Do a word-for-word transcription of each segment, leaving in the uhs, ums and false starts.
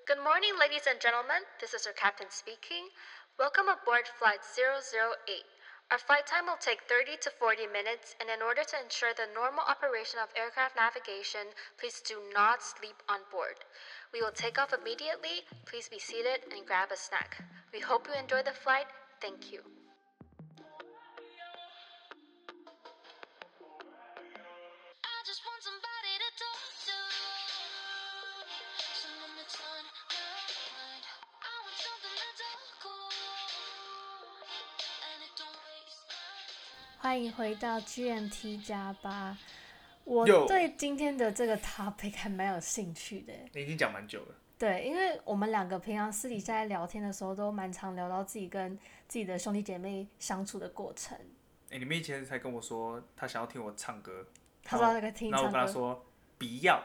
Good morning, ladies and gentlemen. This is your captain speaking. Welcome aboard Flight zero zero eight. Our flight time will take thirty to forty minutes, and in order to ensure the normal operation of aircraft navigation, please do not sleep on board. We will take off immediately. Please be seated and grab a snack. We hope you enjoy the flight. Thank you. I just want somebody to talk to. Someone that's on my mind. I want something that's all cool. And it don't waste my time. 欢迎回到 G M T 加八。我 Yo 对今天的这个 topic 还蛮有兴趣的。 你已经讲蛮久了。 对，因为我们两个平常私底下在聊天的时候，都蛮常聊到自己跟自己的兄弟姐妹相处的过程。 哎、你们以前才跟我说他想要听我唱歌， 他说他在听然后我唱歌， 跟他说不要。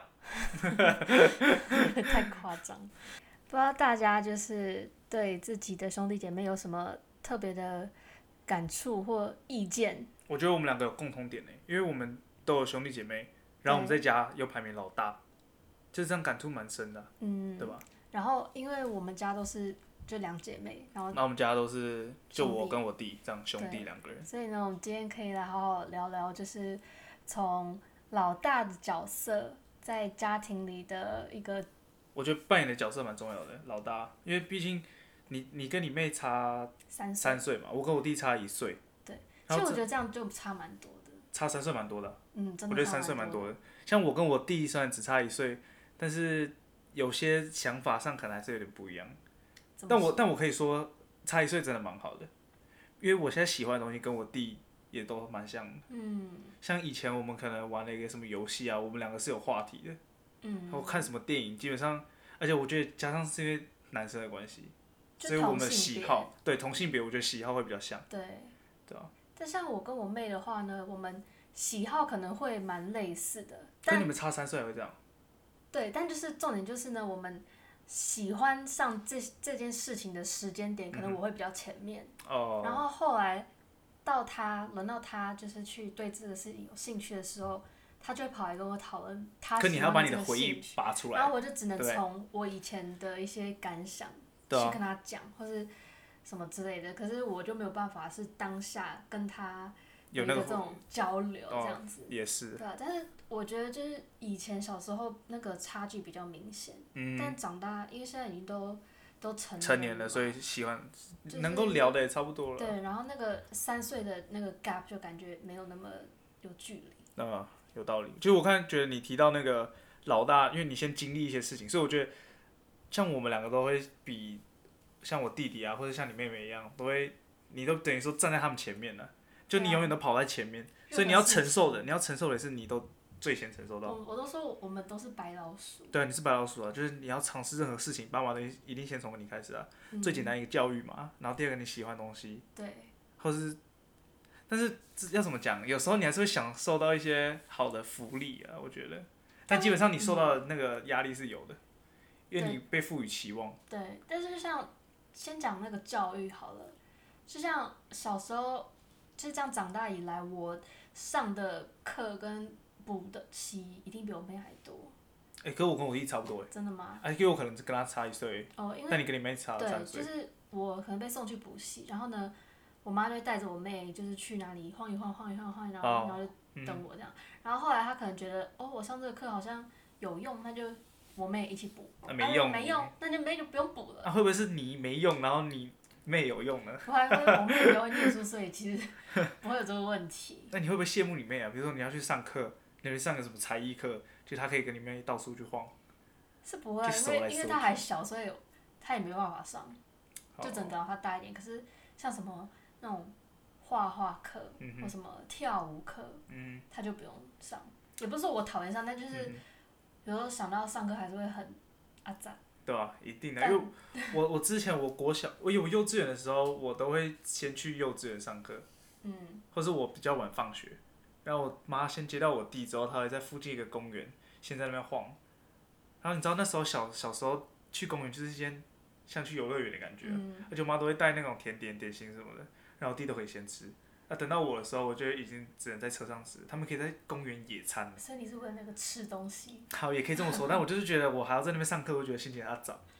太夸张。不知道大家就是对自己的兄弟姐妹有什么特别的感触或意见？ 我觉得我们两个有共同点呢，因为我们都有兄弟姐妹，然后我们在家又排名老大，就这样感触蛮深的啊、 嗯， 对吧？ 然后因为我们家都是就两姐妹，然后然后我们家都是就兄弟我跟我弟这样兄弟对两个人。 所以呢，我们今天可以来好好聊聊，就是从老大的角色在家庭里的一个， 我觉得扮演的角色蛮重要的，老大，因为毕竟你你跟你妹差三岁三岁嘛，我跟我弟差一岁， 对，其然后这实我觉得这样就差蛮多的， 差三岁蛮多的啊、 嗯，真的我觉得三差蛮多岁蛮多的。像我跟我弟虽然只差一岁，但是有些想法上可能还是有点不一样。 怎么但我说但我可以说差一岁真的蛮好的，因为我现在喜欢的东西跟我弟也都蛮像的。 嗯像以前我们可能玩了一个什么游戏啊，我们两个是有话题的。 嗯， 我看什么电影，基本上，而且我觉得加上是因为男生的关系， 就所以我们的同性别喜好，对同性别，我觉得喜好会比较像。 对， 对啊。 但像我跟我妹的话呢，我们喜好可能会蛮类似的，但跟你们差三岁还会这样？ 对，但就是重点就是呢，我们喜欢上这这件事情的时间点，可能我会比较前面。 哦。 然后后来到他轮到他就是去对这个事情有兴趣的时候，他就会跑来跟我讨论他可你还要把喜欢的这个你的回忆兴趣， 拔出来。 然后我就只能对从我以前的一些感想去对啊跟他讲，或是什么之类的。可是我就没有办法是当下跟他有那个一个这种交流哦这样子。 也是。 对啊，但是我觉得就是以前小时候那个差距比较明显， 嗯。 但长大因为现在已经都都成成年了， 了嘛， 所以喜欢、 就是能够聊的也差不多了。 对，然后那个三岁的那个 gap 就感觉没有那么有距离。 嗯，有道理。就是我看觉得你提到那个老大，因为你先经历一些事情，所以我觉得像我们两个都会比像我弟弟啊，或者像你妹妹一样，都会你都等于说站在他们前面了，就你对啊永远都跑在前面， 任何所以你要事承受的，你要承受的是你都最先承受到。 我我都说我们都是白老鼠。 对，你是白老鼠啊，就是你要尝试任何事情，爸妈的一定先从你开始啊。 嗯、 最简单一个教育嘛，然后第二个你喜欢的东西， 对， 或是，但是这要怎么讲？有时候你还是会享受到一些好的福利啊，我觉得。但基本上你受到的那个压力是有的，因为你被赋予期望。 对，但是就像先讲那个教育好了，就像小时候，就是这样长大以来，我上的课跟补的习一定比我妹还多。 哎、欸，可是我跟我弟差不多哎。 真的吗？ 哎、啊，因为我可能跟他差一岁。 哦，因为但你跟你妹差了三岁。 对，就是我可能被送去补习，然后呢，我妈就会带着我妹，就是去哪里晃一晃，晃一晃，晃一晃，然后、 哦、 然后就等我这样。嗯、然后后来她可能觉得，哦，我上这个课好像有用，那就我妹一起补。 啊，没用。 啊、没用，那就没就不用补了。 啊，会不会是你没用，然后你妹有用呢？ 不会，因为我妹也会念书，所以其实不会有这个问题。 那你会不会羡慕你妹啊？比如说你要去上课，你要去上个什么才艺课，就她可以跟你妹到处去晃。 是不会，因为因为她还小，所以她也没办法上，就只能等到她大一点。可是像什么那种画画课、 嗯、 或什么跳舞课， 嗯， 她就不用上。也不是说我讨厌上，但就是、 嗯、 有时候想到上课还是会很阿杂。 对啊，一定的，因为我我之前我国小我有幼稚园的时候，我都会先去幼稚园上课， 嗯， 或是我比较晚放学，然后我妈先接到我弟之后，她会在附近一个公园，先在那边晃。然后你知道那时候小小时候去公园就是一件像去游乐园的感觉、啊， 嗯、 而且我妈都会带那种甜点、点心什么的，然后我弟都可以先吃。那、啊、等到我的时候，我就已经只能在车上吃，他们可以在公园野餐。 所以你是为了那个吃东西？ 好，也可以这么说，但我就是觉得我还要在那边上课，我觉得心情还要早。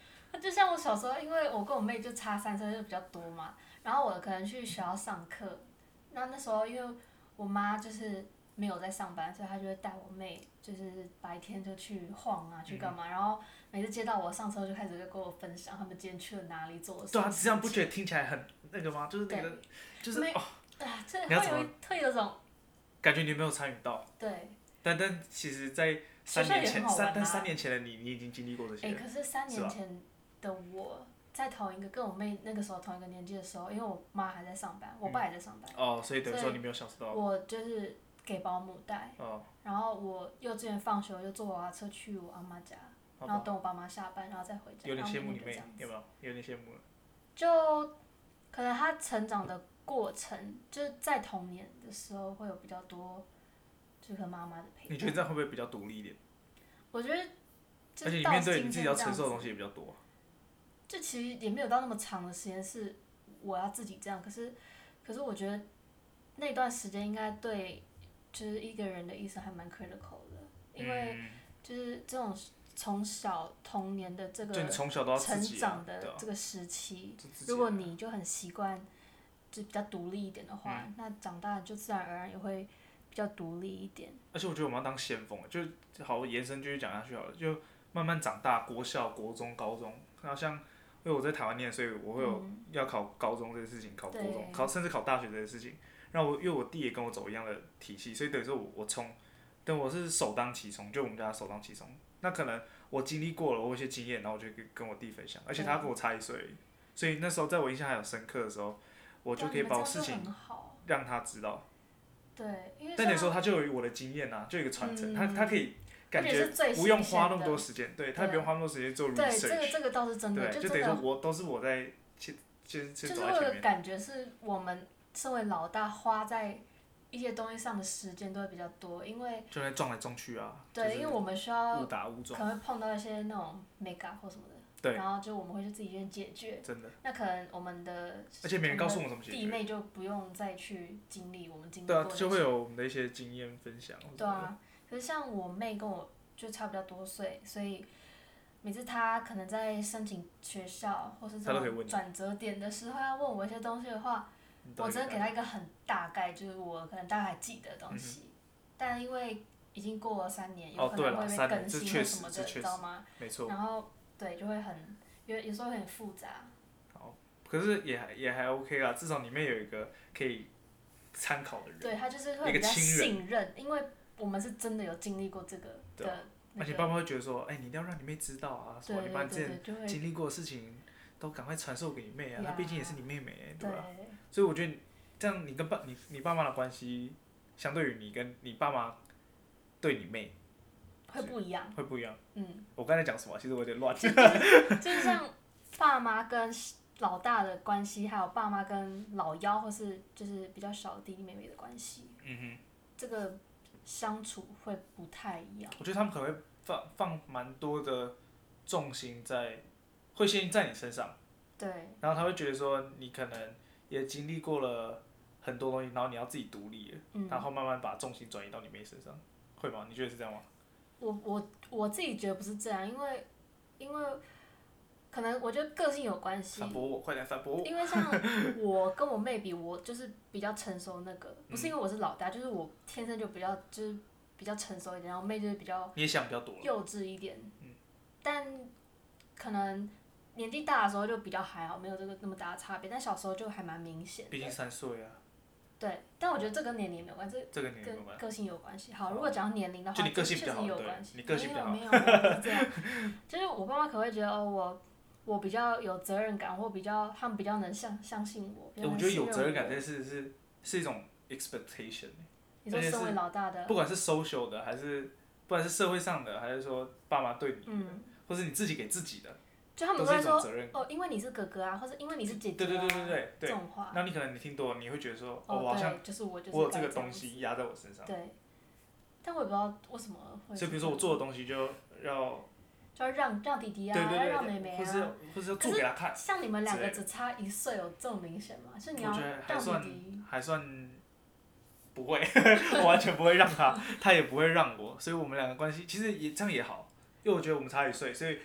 就像我小时候，因为我跟我妹就差三岁，就比较多嘛。然后我可能去学校上课，那那时候因为我妈就是没有在上班，所以她就会带我妹，就是白天就去晃啊，去干嘛。然后每次接到我上车，就开始就跟我分享他们今天去了哪里，做了什对啊， 么事情。 这样不觉得听起来很那个吗？就是那个，就是没哦， 啊，这你要怎么会有一会有种感觉你没有参与到， 对。 但但其实，在三年前， 学校也很好玩啊三但三年前的你，你已经经历过这些哎、 了。 可是三是吧年前的我，在同一个跟我妹那个时候同一个年纪的时候，因为我妈还在上班，我爸也在上班， 哦，所以等于所以说你没有享受到。 我就是给保姆带， 哦， 然后我幼稚园放学我就坐娃娃车去我阿妈家， 好吧， 然后等我爸妈下班，然后再回家。 有点羡慕你妹然后每天就这样，子有没有？有点羡慕了。 就可能她成长的过程，就是在童年的时候会有比较多，就是和妈妈的陪伴。 你觉得这样会不会比较独立一点？ 我觉得， 而且你面对你自己要承受的东西也比较多。 就其实也没有到那么长的时间是我要自己这样，可是，可是我觉得那段时间应该对，就是一个人的一生还蛮 critical 的，因为嗯， 就是这种从小童年的这个就你从小都要自成己啊长对啊的这个时期， 就自己如果啊你就很习惯，就比较独立一点的话， 嗯那长大就自然而然也会比较独立一点。 而且我觉得我们要当先锋，就好延伸继续讲下去好了，就慢慢长大，国小、国中、高中，然后像因为我在台湾念，所以我会有嗯要考高中这件事情，考国中， 对考甚至考大学这件事情。然后我因为我弟也跟我走一样的体系，所以等于说我我从等我是首当其冲，就我们家首当其冲。那可能我经历过了，我有一些经验，然后我就跟跟我弟分享，而且他跟我差一岁而已，所以那时候在我印象还有深刻的时候，我就可以把我事情对啊你们这样就很好让他知道。 对，因为但等于说像他就有我的经验呐、就有一个传承， 嗯他他可以感而且觉是最不用新鲜花那么的多时间，对他对不用花那么多时间做对这个 research， 这个倒是真的， 对，就真的等于说我都是我在其就是就是我有个走在前面， 感觉是我们身为老大花在一些东西上的时间都会比较多，因为就在撞来撞去啊， 对， 就是因为我们需要误打误撞， 可能会碰到一些那种 make up 或什么的， 对然后就我们会去自己去解决。 真的， 那可能我们的而且没人告诉我们怎么解决， 弟妹就不用再去经历我们经历对啊， 过的。 就会有我们的一些经验分享， 对啊，可是像我妹跟我就差比较多岁，所以每次她可能在申请学校或是这她都可以问你种转折点的时候要问我一些东西的话， 你到底我只能给哪她一个很大概，就是我可能大概记得的东西，但因为已经过了三年，有嗯哦对可能会被啦三年更新这确实或什么的，你这确实知道吗？ 没错， 然后对，就会很有有时候会很复杂。 可是也还也还 OK 啦，至少里面有一个可以参考的人， 对他就是会比较一个亲人信任，因为我们是真的有经历过这个对啊的、那个。 而且爸妈会觉得说，哎、你一定要让你妹知道啊，什么对你把你之前对对对，就会经历过的事情都赶快传授给你妹啊，她呀毕竟也是你妹妹、欸，对对吧？所以我觉得这样你跟爸你你爸妈的关系，相对于你跟你爸妈对你妹会不一样。 会不一样。 嗯， 我刚才讲什么？其实我有点乱。 就是像爸妈跟老大的关系，还有爸妈跟老幺或是就是比较小的弟弟妹妹的关系， 嗯哼， 这个相处会不太一样。 我觉得他们可能会放放蛮多的重心在，会先在你身上， 对， 然后他会觉得说你可能也经历过了很多东西，然后你要自己独立了， 嗯， 然后慢慢把重心转移到你妹身上，会吗？你觉得是这样吗？ 我我我自己觉得不是这样，因为因为可能我觉得个性有关系反。驳我，快点反驳我。 因为像我跟我妹比，我就是比较成熟那个，不是因为我是老大，就是我天生就比较就是比较成熟一点，然后妹就是比较你也想比较多了。 幼稚一点。 嗯但可能年纪大的时候就比较还好，没有这个那么大的差别，但小时候就还蛮明显毕竟的。 三岁啊， 对，但我觉得这跟年龄没有关系， 这个你有跟关。 个性有关系。好，如果讲到年龄的话， 就你个性比确实较好对有关系。 你个性比较好没有没有，我不是这样。就是我爸妈可能会觉得哦，我我比较有责任感，或比较他们比较能相相信我。比较能欸我觉得有信任我责任感这件事是是一种 expectation，而且你说身为是老大的， 不管是 social 的还是不管是社会上的，还是说爸妈对你的， 嗯， 或是你自己给自己的， 就他们都是一都会说种责任感。 哦，因为你是哥哥啊，或者因为你是姐姐、啊， 对对对对对对。 这种话。 那你可能你听多了，你会觉得说，哦， 哦， 我好像对，就是我就是我有这个该样子东西压在我身上。 对，但我也不知道为什么会。 所以比如说我做的东西就要， 就要让让弟弟啊， 对对要让对对，或是妹妹啊。 或是要做给他看。 像你们两个之类的只差一岁，有这么明显吗？是你要我觉得还让算弟弟。 还算不会，我完全不会让他，他也不会让我，所以我们两个关系其实也这样也好，因为我觉得我们差一岁，所以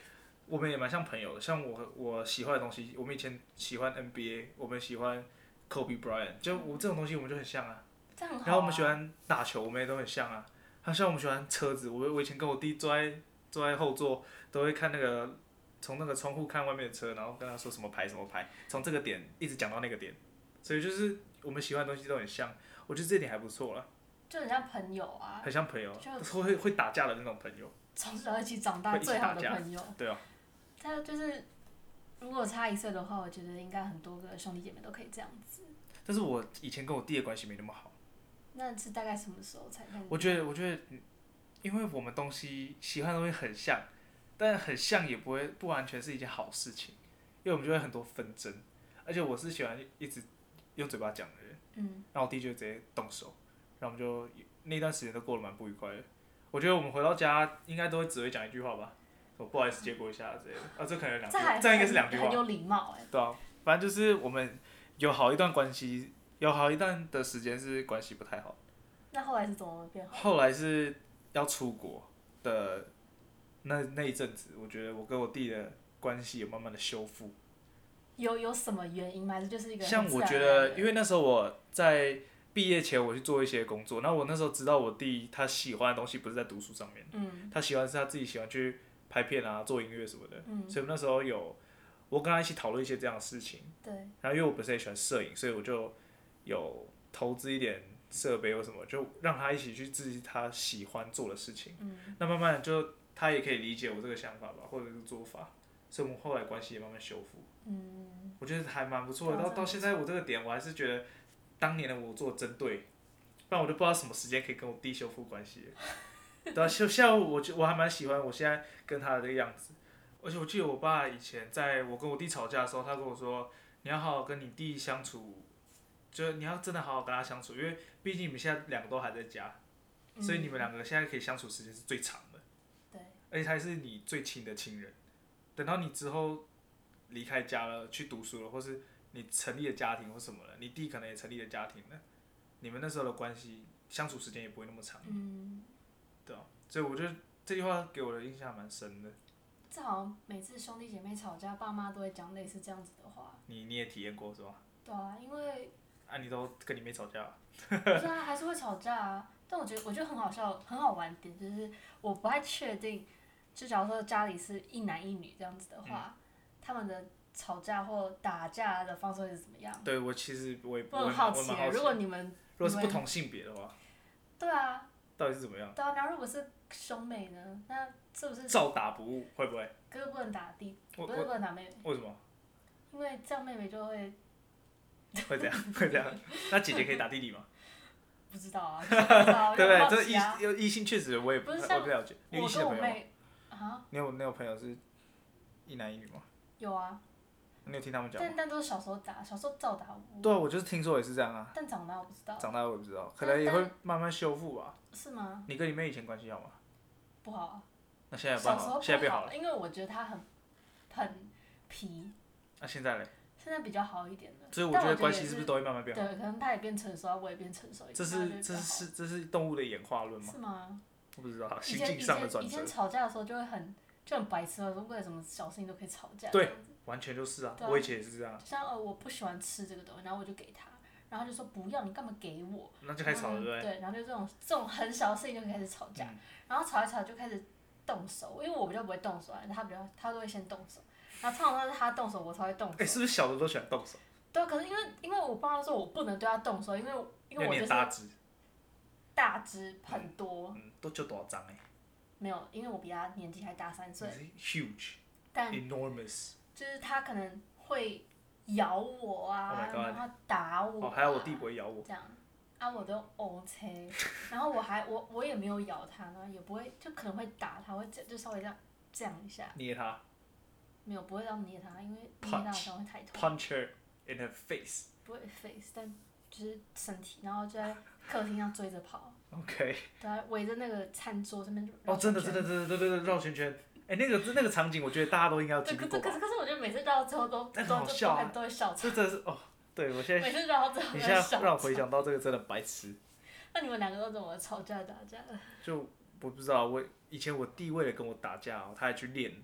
我们也蛮像朋友的。像我我喜欢的东西，我们以前喜欢 N B A， 我们喜欢 Kobe Bryant， 就我这种东西我们就很像啊。 这样很好、啊。 然后我们喜欢打球，我们也都很像啊。还有像我们喜欢车子，我我以前跟我弟坐在坐在后座，都会看那个从那个窗户看外面的车，然后跟他说什么牌什么牌，从这个点一直讲到那个点，所以就是我们喜欢的东西都很像，我觉得这点还不错啦。 就很像朋友啊， 很像朋友， 就会会打架的那种朋友， 从小一起长大最好的朋友。 对啊。 他就是如果差一岁的话，我觉得应该很多个兄弟姐妹都可以这样子。 但是我以前跟我弟的关系没那么好。 那是大概什么时候才开始？ 我觉得，我觉得，因为我们东西喜欢的东西很像，但很像也不会不完全是一件好事情，因为我们就会很多纷争，而且我是喜欢一直用嘴巴讲的人， 嗯， 然后我弟就直接动手，然后我们就那段时间都过得蛮不愉快的。我觉得我们回到家应该都会只会讲一句话吧，我不好意思借过一下之类的，啊，这可能有两句，这样应该是两句话， 很有礼貌哎、欸。 对啊，反正就是我们有好一段关系。有好一段的时间是关系不太好。 那后来是怎么变好？ 后来是要出国的那那一阵子，我觉得我跟我弟的关系有慢慢的修复。 有有什么原因吗？还是就是一个像我觉得，因为那时候我在毕业前我去做一些工作，那我那时候知道我弟他喜欢的东西不是在读书上面， 嗯， 他喜欢是他自己喜欢去拍片啊、做音乐什么的， 嗯， 所以我那时候有我跟他一起讨论一些这样的事情。 对。 然后因为我本身也喜欢摄影，所以我就有投资一点设备或什么，就让他一起去自己他喜欢做的事情。 嗯。 那慢慢的就他也可以理解我这个想法吧，或者是做法，所以我们后来关系也慢慢修复。 嗯。 我觉得还蛮不错的。到到现在我这个点，我还是觉得当年的我做的真对，不然我就不知道什么时间可以跟我弟修复关系。对啊，现在我我还蛮喜欢我现在跟他的这个样子。而且我记得我爸以前在我跟我弟吵架的时候，他跟我说，你要好好跟你弟相处。就你要真的好好跟他相处，因为毕竟你们现在两个都还在家，嗯、所以你们两个现在可以相处时间是最长的。 对。 而且他是你最亲的亲人，等到你之后离开家了，去读书了，或是你成立了家庭或什么了，你弟可能也成立了家庭了，你们那时候的关系相处时间也不会那么长。 嗯。 对啊，所以我觉得这句话给我的印象蛮深的。 这好像每次兄弟姐妹吵架，爸妈都会讲类似这样子的话。 你你也体验过是吧？ 对啊，因为。 啊，你都跟你妹吵架、啊？ 不是啊，还是会吵架啊。但我觉得，我觉得很好笑、很好玩点就是，我不太确定，就假如说家里是一男一女这样子的话，嗯、他们的吵架或打架的方式会是怎么样？ 对，我其实我也我很好奇，如果你们如果是不同性别的话， 对啊， 到底是怎么样？ 对啊，然后如果是兄妹呢，那是不是照打不误？会不会？ 哥哥不能打弟， 不是不能打妹妹。 为什么？ 因为这样妹妹就会。 会这样，会这样。那姐姐可以打弟弟吗？ 不知道啊，不知道对不对？ 这异有异性确实我也不我不了解。你有异性的朋友吗？ 啊？ 你有你有朋友是一男一女吗？ 有啊。 你有听他们讲？ 但但都是小时候打，小时候照打我。 对啊，我就是听说也是这样啊。 但长大我不知道。 长大我也不知道，可能也会慢慢修复吧。 是吗？ 你跟你妹以前关系好吗？ 不好啊。 那现在变好，现在变好了。 因为我觉得他很很皮。 那现在嘞？ 现在比较好一点了。 所以我觉得关系是不是都会慢慢变好？ 对，可能他也变成熟，我也变成熟一点。 这是这是这是动物的演化论吗？ 是吗？ 我不知道，心境上的转折。 以前吵架的时候就会很就很白痴，说为了什么小事情都可以吵架。 对，完全就是啊，我以前也是这样。 就像呃，我不喜欢吃这个东西，然后我就给他，然后他就说不要，你干嘛给我？ 那就开始吵了，对不对？ 对，然后就这种这种很小的事情就开始吵架，然后吵一吵就开始动手，因为我比较不会动手啊，他比较他都会先动手，然后通常都是他动手，我才会动手。 哎，是不是小的都喜欢动手？ 对，可是因为因为我爸说我不能对他动手，因为因为我就是大只， 大只很多， 嗯，都就多少张哎？ 没有，因为我比他年纪还大三岁。 huge， 但 enormous， 就是他可能会咬我啊，然后打我、啊。 哦，还有我弟不会咬我。 这样，啊，我都 OK， 然后我还我我也没有咬他呢，也不会，就可能会打他，会就稍微这样这样一下。 捏他。 没有，不会这样捏他，因为捏他好像会太痛。 Punch her in her face。 不会 face， 但就是身体，然后就在客厅上追着跑。 OK。 对啊，围着那个餐桌这边。 哦，真的真的真的对对对绕圈圈，哎、欸，那个那个场景，我觉得大家都应该要经历过吧。 可是可是我觉得每次绕之后都但很好笑啊， 都会笑场。 这真的是哦，对我现在。 每次绕之后你现在让我回想到这个真的白痴。 那你们两个都怎么吵架打架的？ 就我不知道，我以前我弟为了跟我打架、哦，他还去练，他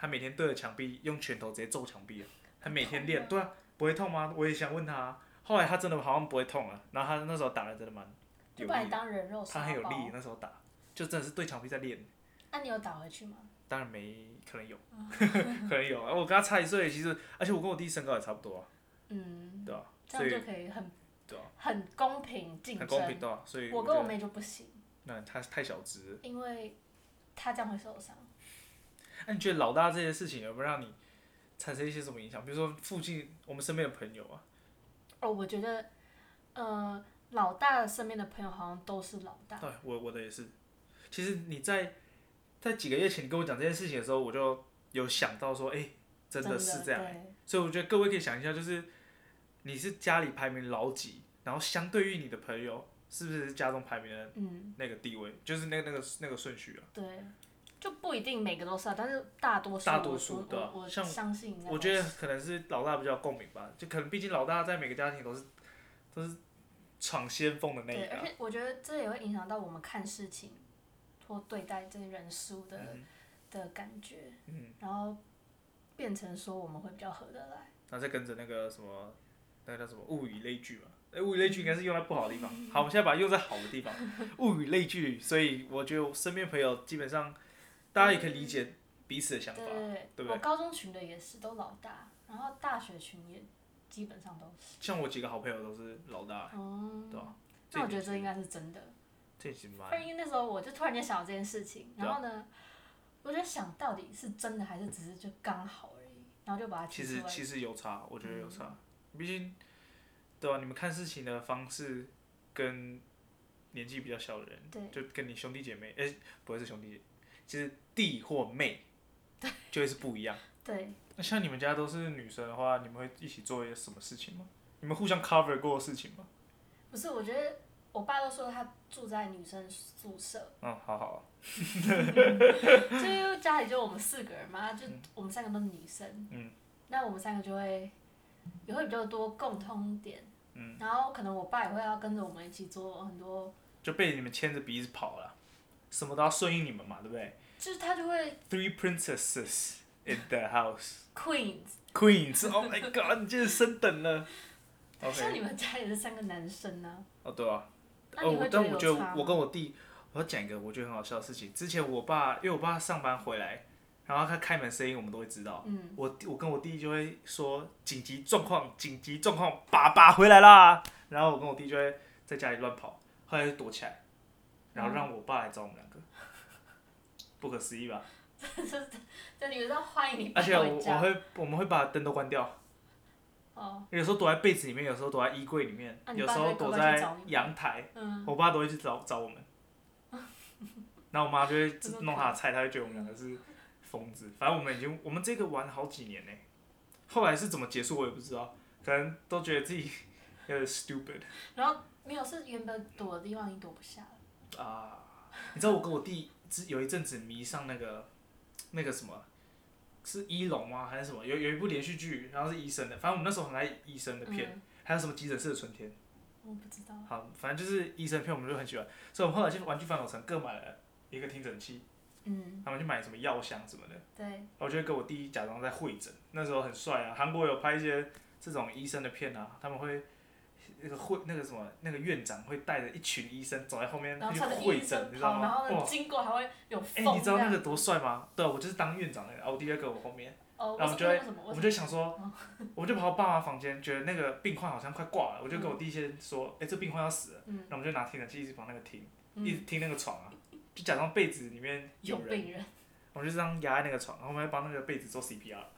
他每天对着墙壁用拳头直接揍墙壁啊，他每天练，对啊，不会痛吗？我也想问他、啊，后来他真的好像不会痛了，然后他那时候打的真的蛮有就把你力的， 当人肉他沙包。 很有力，那时候打，就真的是对墙壁在练。 那、你有打回去吗？ 当然没，可能有，可能有。我跟他差一岁，其实，而且我跟我弟身高也差不多啊， 嗯， 对吧、 这所以样就可以很对啊， 很公平竞争。 很公平，对吧、所以我跟我觉得妹就不行， 那他太小只了。 因为她这样会受伤。 那、你觉得老大这些事情有没有让你产生一些什么影响？比如说附近我们身边的朋友啊， 哦，我觉得，呃，老大身边的朋友好像都是老大。 对我我的也是。其实你在在几个月前你跟我讲这件事情的时候，我就有想到说，哎、真的是这样、欸。 对所以我觉得各位可以想一下，就是你是家里排名老几，然后相对于你的朋友，是不是家中排名的嗯， 那个地位，就是那个那个那个顺序啊？ 对，就不一定每个都是啊，但是大多数大多数我对啊我我像相信应该都我觉得是可能是老大比较有共鸣吧，就可能毕竟老大在每个家庭都是都是闯先锋的那对， 一个、啊。 而且我觉得这也会影响到我们看事情或对待这些人事物的、 嗯的感觉， 嗯， 然后变成说我们会比较合得来。 然后再跟着那个什么，那个叫什么物以类聚嘛。哎、物以类聚应该是用在不好的地方。好，我们现在把它用在好的地方，物以类聚。所以我觉得我身边朋友基本上，大家也可以理解彼此的想法， 对对对不对？ 我高中群的也是都老大，然后大学群也基本上都是。 像我几个好朋友都是老大、 哦、 对吧、 那我觉得这应该是真的。 这其实蛮不然因为那时候我就突然间想到这件事情，然后呢，我就想到底是真的还是只是就刚好而已，然后就把它提出来。 其实其实有差，我觉得有差，毕竟，对吧、你们看事情的方式跟年纪比较小的人， 对就跟你兄弟姐妹，哎、不会是兄弟姐妹，其实弟或妹，就会是不一样。 对， 那像你们家都是女生的话，你们会一起做一些什么事情吗？你们互相 cover 过的事情吗？ 不是，我觉得我爸都说他住在女生宿舍， 嗯，好好。 就因为家里就我们四个人嘛，就我们三个都是女生， 嗯那我们三个就会也会比较多共通点， 嗯， 然后可能我爸也会要跟着我们一起做很多， 就被你们牵着鼻子跑了，什么都要顺应你们嘛，对不对就是他就会 ？Three princesses in the house. Queens， Queens, oh my god， 你竟然升等了。 像 OK， 你们家也是三个男生呢、 哦对啊， 那哦你会觉得有我但我觉得差吗？ 我跟我弟，我要讲一个我觉得很好笑的事情。之前我爸，因为我爸上班回来，然后他开门声音我们都会知道。 嗯， 我弟我跟我弟就会说紧急状况，紧急状况，爸爸回来啦。然后我跟我弟就会在家里乱跑，后来就躲起来，然后让我爸来找我们两个，不可思议吧？ 就你们要欢迎你爸而且我回家。 我会我们会把灯都关掉， 哦， 有时候躲在被子里面，有时候躲在衣柜里面， 啊你有时候爸就会乖躲在乖去找你们阳台， 嗯， 我爸都会去找找我们。然后我妈就会真的弄她的菜，她会觉得我们两个是疯子。反正我们已经我们这个玩了好几年呢，后来是怎么结束我也不知道，可能都觉得自己有点 stupid 然后没有是原本躲的地方已经躲不下了。 啊。你知道我跟我弟之有一阵子迷上那个那个什么，是一龙吗还是什么？有有一部连续剧，然后是医生的，反正我们那时候很爱医生的片， 嗯， 还有什么急诊室的春天。 我不知道。 好，反正就是医生片，我们就很喜欢，所以我们后来去玩具反斗城各买了一个听诊器， 嗯， 他们去买什么药箱什么的， 对， 我就会跟我弟假装在会诊，那时候很帅啊，韩国有拍一些这种医生的片啊，他们会那个会那个什么那个院长会带着一群医生走在后面去然后穿着会诊， 医生你知道袍，然后吗？ 呢哇， 经过还会有哎、 风。 你知道那个多帅吗？对，我就是当院长那个，啊我弟在跟我后面。 哦， 然后我们就会为什么？ 我们就想说，我们就跑到爸妈房间，觉得那个病患好像快挂了，我就跟我弟先说，哎、这病患要死了， 嗯然后我们就拿听诊器一直往那个听， 嗯一直听那个床啊，就假装被子里面有有人， 病人。 我们就这样压在那个床，然后我们会帮那个被子做 C P R。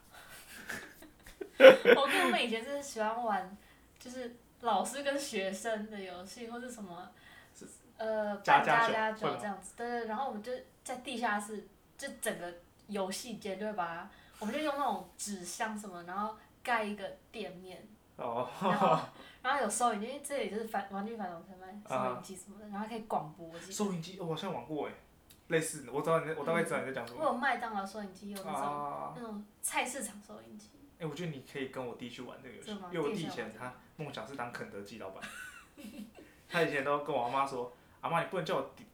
我跟我们以前是喜欢玩，就是老师跟学生的游戏，或是什么，呃，扮家家酒家家会吗酒这样子。对对，然后我们就在地下室，就整个游戏间就会把它，我们就用那种纸箱什么，然后盖一个店面， 哦， 然后然后有收银机，因为这里就是反玩具反斗城卖啊收银机什么的，然后还可以广播。我记得收音机，哦我好像玩过哎，类似的，我知道你在，我大概知道你在讲什么。 我有麦当劳收银机，有那种、 啊， 那种菜市场收银机。 哎、我觉得你可以跟我弟去玩这个游戏真的吗， 因为我弟以弟想玩这个前他梦想是当肯德基老板，他以前都跟我阿妈说，阿妈你不能叫我弟弟，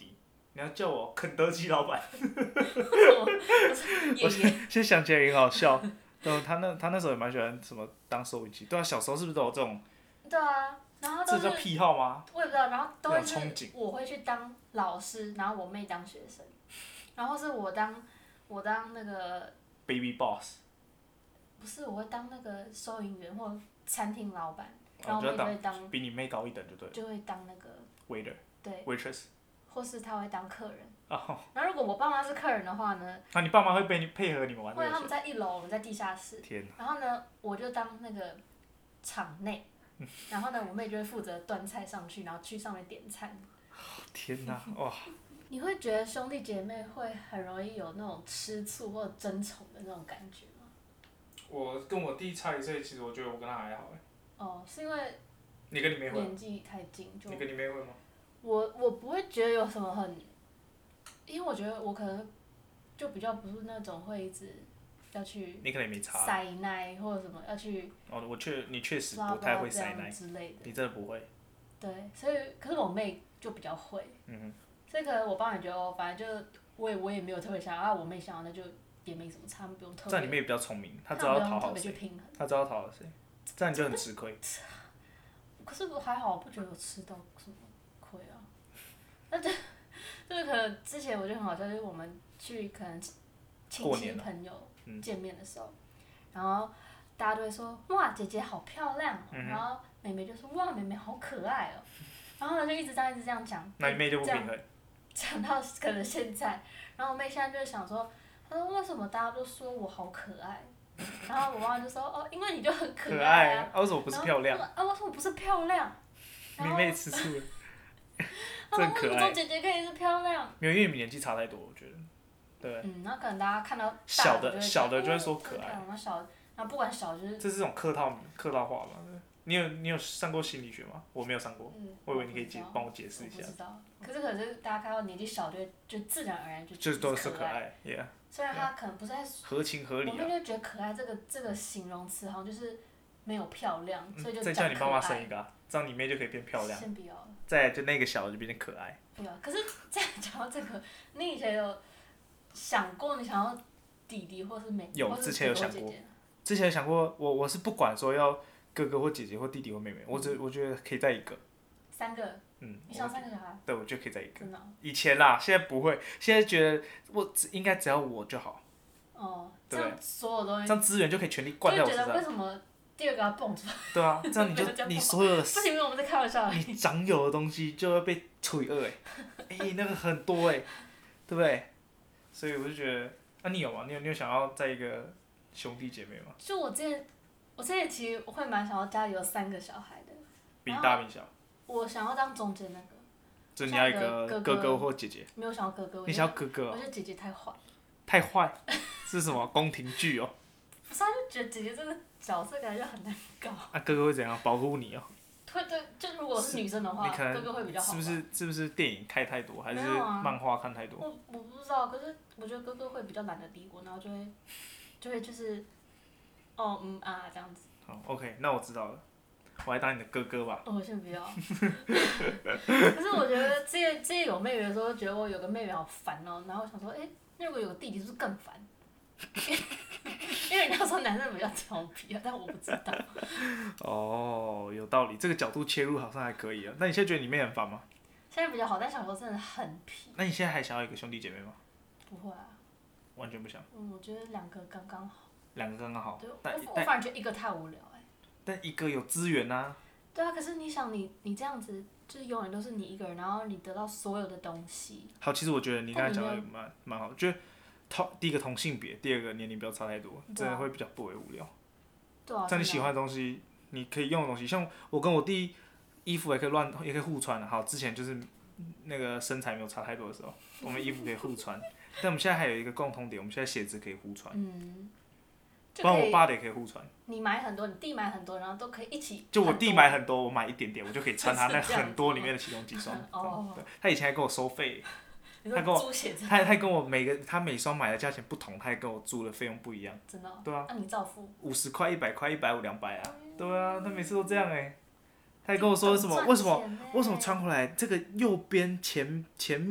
你要叫我肯德基老板。 我是爷爷。 现在想起来也很好笑。对，他那他那时候也蛮喜欢什么当收音机。对啊，小时候是不是都有这种？ 对啊，然后都是这叫癖好吗？ 我也不知道，然后都会那种憧憬是我会去当老师，然后我妹当学生，然后是我当我当那个 ？Baby boss。 不是我会当那个收银员或餐厅老板， 哦然后我妹就就要会当比你妹高一等就对了。 就会当那个 Waiter。 对， Waitress。 或是他会当客人。 哦。 然后如果我爸妈是客人的话呢， 那、你爸妈会被你配合你们玩这会他们个游戏？ 在一楼，我们在地下室。 天哪。 然后呢，我就当那个场内，然后呢，我妹就会负责端菜上去，然后去上面点餐。 天哪，哇！ 你会觉得兄弟姐妹会很容易有那种吃醋或者争宠的那种感觉吗？ 我跟我弟差一岁，其实我觉得我跟他还好哎。 哦，是因为你跟你妹会吗？ 年纪太近就。 你跟你妹会吗？ 我我不会觉得有什么很，因为我觉得我可能就比较不是那种会一直要去你可能也没差。 塞奶或者什么要去哦，我确你确实抓不太包这样会塞奶， 之类的。 你真的不会。 对，所以可是我妹就比较会， 嗯哼。 所以可能我爸也觉得哦，反正就我也我也没有特别想要，啊我妹想要那就也没什么差，他们不用特别。 这样你妹比较聪明，她知他道们不用特别去要讨好谁， 平衡。 她知道讨好谁，这样你就很吃亏。 可是我还好，我不觉得有吃到什么亏啊。那这就是可能之前我觉得很好笑，就是我们去可能亲戚过年啊朋友嗯见面的时候，然后大家都会说哇姐姐好漂亮哦， 嗯哼然后妹妹就说哇妹妹好可爱哦，然后呢就一直这样一直这样讲。 那你妹就不这样平衡。 讲到可能现在，然后我妹现在就想说，她说为什么大家都说我好可爱？然后我妈就说哦，因为你就很可可爱啊。 爱啊，为什么不是漂亮？ 然后啊，为什么不是漂亮？然你后妹吃醋了。 她说真可爱为什么姐姐可以是漂亮？ 没有，因为你们年纪差太多，我觉得。对。 嗯，然后可能大家看到大小的的就会小的就会哦说可爱真漂亮然后小，然后不管小就是这是这种客套客套话嘛？对你有你有上过心理学吗？我没有上过， 嗯， 我以为你可以不知道解帮我解释一下我不。知道，可是可是大家看到年纪小就会就自然而然就就是都是可可。爱，yeah， 虽然他可能不是在， 合情合理啊。 我妹就觉得可爱这个这个形容词好像就是没有漂亮，所以就嗯再讲可叫你妈妈生爱一个啊，这样你妹就可以变漂亮。 先不要了， 再来就那个小的就变成可爱。 不要。可是再讲到这个，你以前有想过你想要弟弟或是妹， 有或是之前有哥哥想过姐姐之前有想过，我我是不管说要哥哥或姐姐或弟弟或妹妹，我只我觉得可以再一个。 三个， 嗯。 你想我三个小孩？ 对，我觉得可以再一个。 真的哦。 以前啦，现在不会，现在觉得我只应该只要我就好， 哦，这对样所有东西这样资源就可以全力就灌在会觉得为我身上。 什么第二个要蹦出来？ 对啊，这样你就这样不好你所有的不行，我们在开玩笑而已。 你掌有的东西就会被除以二哎，哎、那个很多哎、对不对？所以我就觉得，啊你有吗？你有你有想要在一个兄弟姐妹吗？ 就我之前，我之前其实我会蛮想要家里有三个小孩的， 比大比小， 我想要当中间那个， 就你要一像个个哥哥哥哥或姐姐， 没有想要哥哥。我你觉得想要哥哥、哦， 我觉得姐姐太坏， 太坏，是什么宫廷剧哦？ 不是，他就觉得姐姐这个角色感觉很难搞。 啊哥哥会怎样保护你哦？ 会对，就如果是女生的话， 你可能哥哥会比较好吧。 是不是是不是电影看太多，还是没有啊漫画看太多？ 我我不知道，可是我觉得哥哥会比较懒得理我，然后就会就会就是，哦嗯啊这样子。 好 ，OK，那我知道了，我来当你的哥哥吧。 哦，我先不要。可是我觉得之前之前有妹妹的时候，觉得我有个妹妹好烦哦、然后想说，哎、那如果有个弟弟是不是更烦？因为人家说男生比较调皮啊，但我不知道。 哦，有道理，这个角度切入好像还可以啊。那你现在觉得你妹很烦吗？ 现在比较好，但小时候真的很皮。 那你现在还想要一个兄弟姐妹吗？ 不会啊， 完全不想， 嗯，我觉得两个刚刚好。 两个刚刚好对，。 但我我但反而觉得一个太无聊哎、 但一个有资源呐、 对啊，可是你想你你这样子，就是永远都是你一个人，然后你得到所有的东西。 好，其实我觉得你刚才讲的但你也蛮蛮好，就是同第一个同性别，第二个年龄不要差太多，真的会比较不会无聊。 对啊。真的像你喜欢的东西，你可以用的东西，像我跟我弟衣服也可以乱，也可以互穿的。好，之前就是那个身材没有差太多的时候，我们衣服可以互穿。但我们现在还有一个共同点，我们现在鞋子可以互穿， 嗯。就不然可以我爸的也可以互穿。 你买很多，你弟买很多，然后都可以一起。 就我弟很多买很多，我买一点点，我就可以穿他那是这样子很多里面的其中几双。 哦对，他以前还跟我收费， 你说他跟我租鞋子， 他他跟我每个他每双买的价钱不同，他还跟我租的费用不一样， 真的、哦。 对啊。 那、你照付。 五十块、一百块、一百五、两百啊，对啊，他每次都这样哎、他还跟我说什么？为什么？为什么穿回来这个右边前前面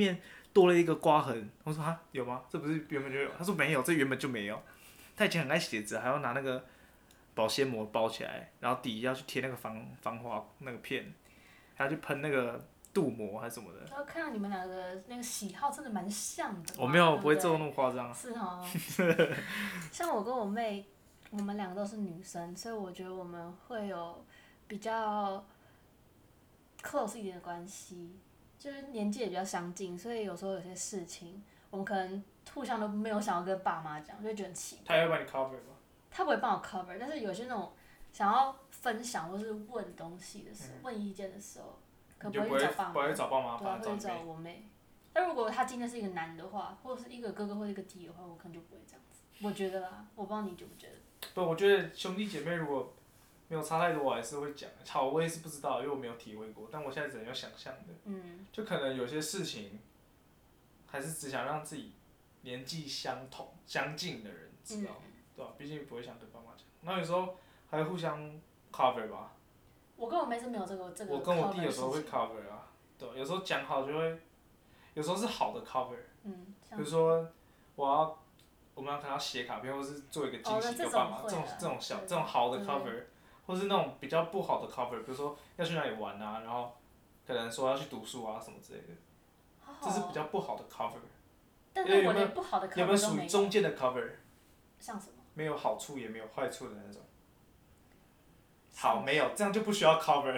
多了一个刮痕。我说啊，有吗？这不是原本就有？他说没有，这原本就没有。他以前很爱写字，还要拿那个保鲜膜包起来，然后底要去贴那个防防滑那个片，还要去喷那个镀膜还是什么的。 然后看到你们两个那个喜好真的蛮像的嘛。 我没有， 对不对不会做那么夸张。 是哦。像我跟我妹，我们两个都是女生，所以我觉得我们会有比较 close 一点的关系，就是年纪也比较相近，所以有时候有些事情，我们可能互相都没有想要跟爸妈讲，就会觉得很奇怪。 他也会帮你 cover 吗？ 他不会帮我 cover， 但是有些那种想要分享或是问东西的时候，嗯、问意见的时候，可能不会去找爸妈， 不会找爸妈， 对啊，会去找我妹。但如果他今天是一个男的话，或者是一个哥哥或者一个弟的话，我可能就不会这样子。我觉得啦，我不知道你觉不觉得。 不，我觉得兄弟姐妹如果没有差太多，我还是会讲。好，我也是不知道，因为我没有体会过，但我现在只能用想象的。嗯。就可能有些事情，还是只想让自己年纪相同、相近的人知道，嗯、对吧？毕竟不会想跟爸妈讲。那有时候还会互相 cover 吧。 我跟我妹是没有这个这个。 我跟我弟有时候会 cover 啊，对，有时候讲好就会，有时候是好的 cover。嗯。比如说，我要。我们可能要写卡片，或是做一个惊喜给爸妈，这种这种小这种好的 cover， 或是那种比较不好的 cover， 比如说要去哪里玩啊，然后可能说要去读书啊什么之类的，这是比较不好的 cover。 但是我连不好的 cover 都没有。 有没有属于中间的 cover？ 像什么？ 没有好处也没有坏处的那种。好，没有，这样就不需要 cover。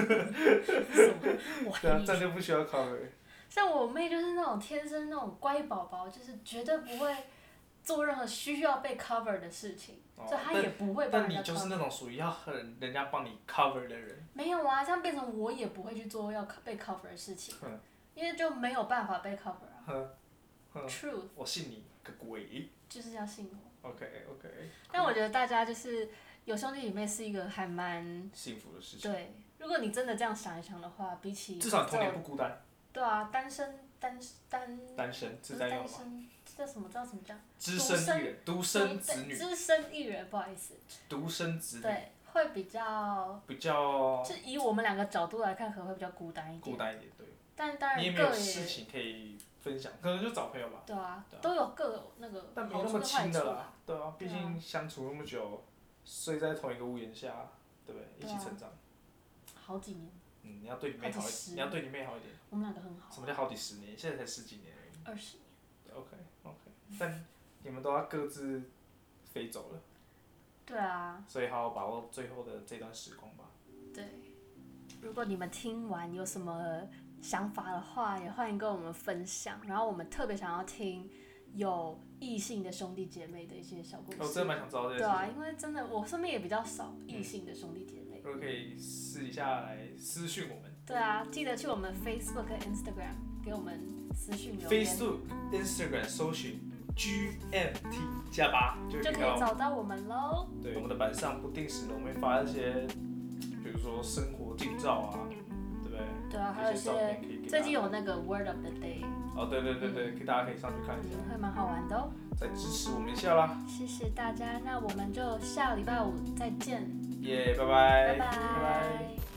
对啊，这样就不需要 cover。 像我妹就是那种天生那种乖宝宝，就是绝对不会做任何需要被 cover 的事情，哦、所以她也不会帮人家 cover。 但你就是那种属于要很人家帮你 cover 的人。 没有啊，这样变成我也不会去做要被 cover 的事情，因为就没有办法被 cover 啊。Truth。 我信你个鬼！ 就是要信我。 OK OK。 但我觉得大家就是有兄弟姐妹是一个还蛮幸福的事情。 对，如果你真的这样想一想的话，比起至少童年不孤单。 对啊，单身单单。 单身是单身，这叫什么？知道什么叫？ 只身一人，独生子女。 只身一人，不好意思。 独生子女。 对，会比较。 比较。 就以我们两个角度来看，可能会比较孤单一点。 孤单一点，对。 但当然， 你也没有事情可以分享，可能就找朋友吧。 对啊，都有各有那个但没那么亲的啦，对啊，毕竟相处那么久，睡在同一个屋檐下，对不对？一起成长。 好几年。 嗯，你要对你妹好一点，你要对你妹好一点。 我们两个很好。 什么叫好几十年？现在才十几年而已。 二十年。 OK OK， 但你们都要各自飞走了。 对啊。 所以好好把握最后的这段时光吧。 对。如果你们听完有什么想法的话，也欢迎跟我们分享。然后我们特别想要听有异性的兄弟姐妹的一些小故事。 我真的蛮想知道这些。 对啊，因为真的我身边也比较少异性的兄弟姐妹。 如果可以私底下来私讯我们。 对啊，记得去我们 Facebook 和 Instagram 给我们私讯留言。 Facebook、Instagram 搜寻 G M T 加八就可以找到我们喽。 对，我们的板上不定时的我们会发一些，比如说生活近照啊，对不对？ 对啊，还有一些最近有那个 Word of the Day。 哦，对对对对，大家可以上去看一下， 会蛮好玩的哦。 再支持我们一下啦！ 谢谢大家，那我们就下个礼拜五再见。 耶，拜拜。 拜拜。